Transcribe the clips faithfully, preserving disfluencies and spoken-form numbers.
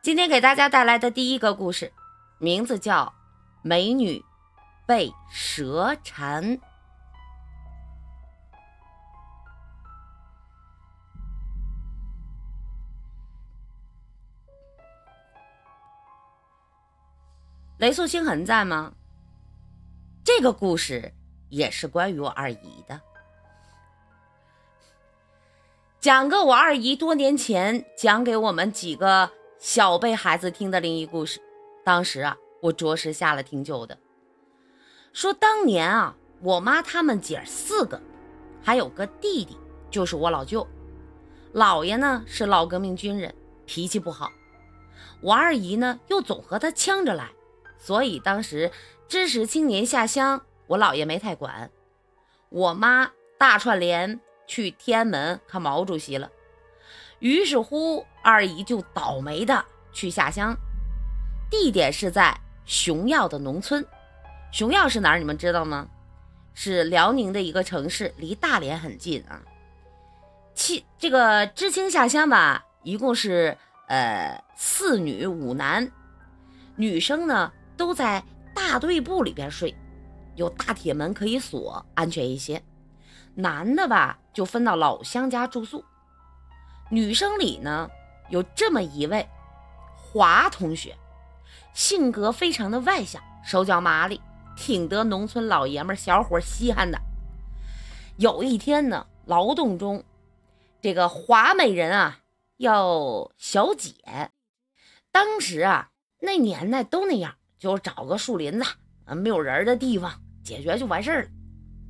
今天给大家带来的第一个故事，名字叫《美女被蛇缠》。雷素星很在吗？这个故事也是关于我二姨的，讲个我二姨多年前讲给我们几个小辈孩子听的灵异故事。当时啊，我着实吓了挺久的。说当年啊，我妈他们姐四个，还有个弟弟，就是我老舅。姥爷呢是老革命军人，脾气不好。我二姨呢又总和他呛着来，所以当时支持青年下乡，我姥爷没太管。我妈大串联去天安门看毛主席了，于是乎二姨就倒霉的去下乡，地点是在熊耀的农村。熊耀是哪儿你们知道吗？是辽宁的一个城市，离大连很近啊。其这个知青下乡吧，一共是呃四女五男，女生呢都在大队部里边睡，有大铁门可以锁，安全一些。男的吧就分到老乡家住宿。女生里呢有这么一位华同学，性格非常的外向，手脚麻利，挺得农村老爷们小伙稀罕的。有一天呢，劳动中这个华美人啊要小解，当时啊那年代都那样，就找个树林子没有人的地方解决就完事儿了。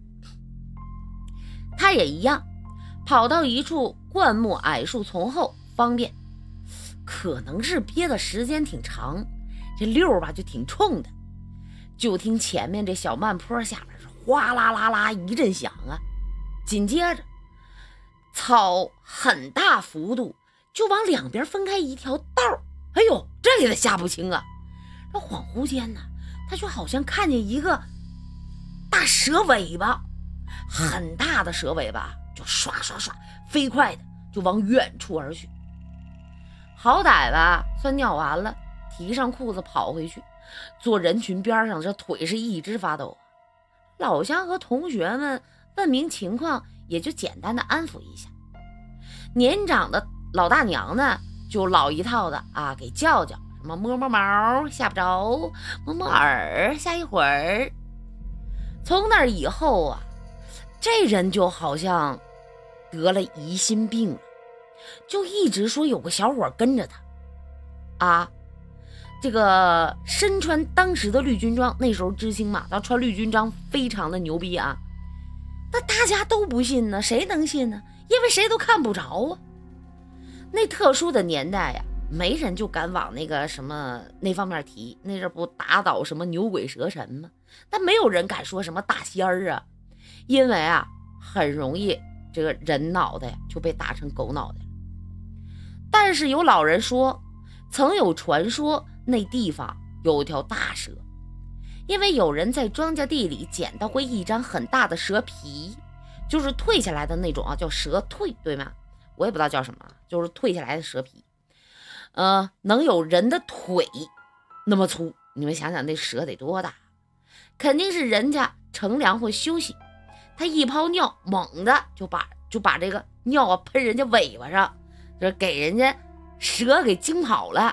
他也一样，跑到一处灌木矮树丛后方便。可能是憋的时间挺长，这溜吧就挺冲的，就听前面这小慢坡下面是哗啦啦啦一阵响啊，紧接着草很大幅度就往两边分开一条道。哎呦，这给他吓不轻啊！这恍惚间呢，他就好像看见一个大蛇尾巴，很大的蛇尾巴就刷刷刷飞快的就往远处而去。好歹吧算尿完了，提上裤子跑回去，坐人群边上，这腿是一直发抖。老乡和同学们问明情况，也就简单的安抚一下。年长的老大娘呢就老一套的啊，给叫叫，什么摸摸毛吓不着，摸摸耳吓一会儿。从那以后啊，这人就好像得了疑心病了，就一直说有个小伙跟着他啊。这个身穿当时的绿军装，那时候知青嘛，他穿绿军装非常的牛逼啊。那大家都不信呢，谁能信呢？因为谁都看不着啊。那特殊的年代呀、啊，没人就敢往那个什么那方面提，那阵不打倒什么牛鬼蛇神吗？但没有人敢说什么大仙儿啊，因为啊很容易这个人脑袋就被打成狗脑袋了。但是有老人说，曾有传说那地方有条大蛇，因为有人在庄稼地里捡到过一张很大的蛇皮，就是退下来的那种啊，叫蛇蜕，对吗？我也不知道叫什么，就是退下来的蛇皮，呃，能有人的腿那么粗，你们想想那蛇得多大？肯定是人家乘凉或休息，他一泡尿，猛的就把就把这个尿啊喷人家尾巴上，就给人家蛇给惊跑了。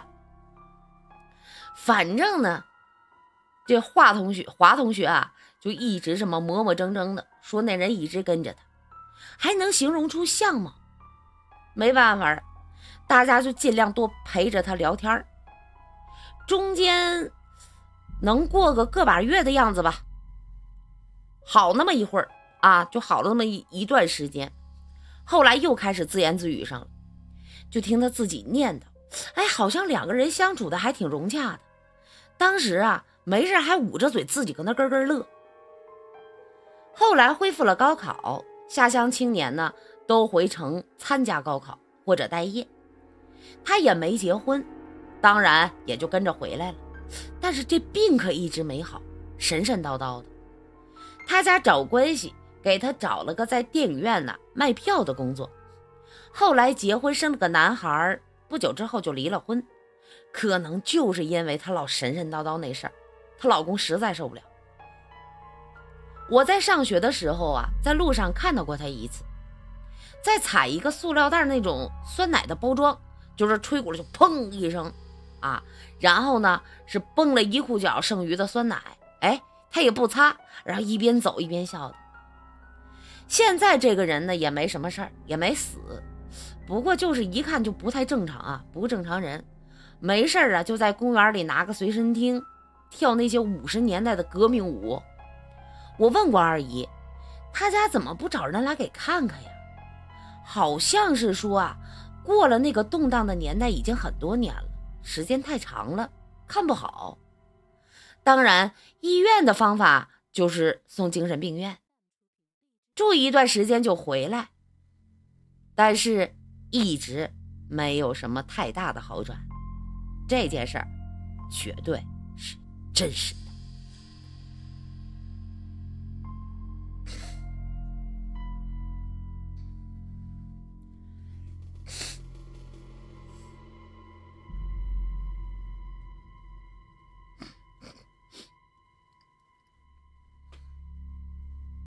反正呢，这华同学华同学啊，就一直这么磨磨蹭蹭的，说那人一直跟着他，还能形容出相貌。没办法，大家就尽量多陪着他聊天，中间能过个个把月的样子吧，好那么一会儿啊，就好了那么 一, 一段时间。后来又开始自言自语上了，就听他自己念叨，哎，好像两个人相处的还挺融洽的。当时啊，没事还捂着嘴自己跟那咯咯乐。后来恢复了高考，下乡青年呢都回城参加高考或者待业，他也没结婚，当然也就跟着回来了。但是这病可一直没好，神神叨叨的。他家找关系给他找了个在电影院呢卖票的工作，后来结婚生了个男孩，不久之后就离了婚， 可能就是因为她老神神叨叨那事儿，她老公实在受不了。我在上学的时候啊，在路上看到过她一次，在踩一个塑料袋那种酸奶的包装，就是吹过来就砰一声啊，然后呢是崩了一裤脚剩余的酸奶，哎，她也不擦，然后一边走一边笑的。现在这个人呢也没什么事儿，也没死，不过就是一看就不太正常啊，不正常人，没事啊就在公园里拿个随身听跳那些五十年代的革命舞。我问过二姨，他家怎么不找人来给看看呀？好像是说啊，过了那个动荡的年代已经很多年了，时间太长了，看不好。当然，医院的方法就是送精神病院，住一段时间就回来，但是一直没有什么太大的好转。这件事儿绝对是真实。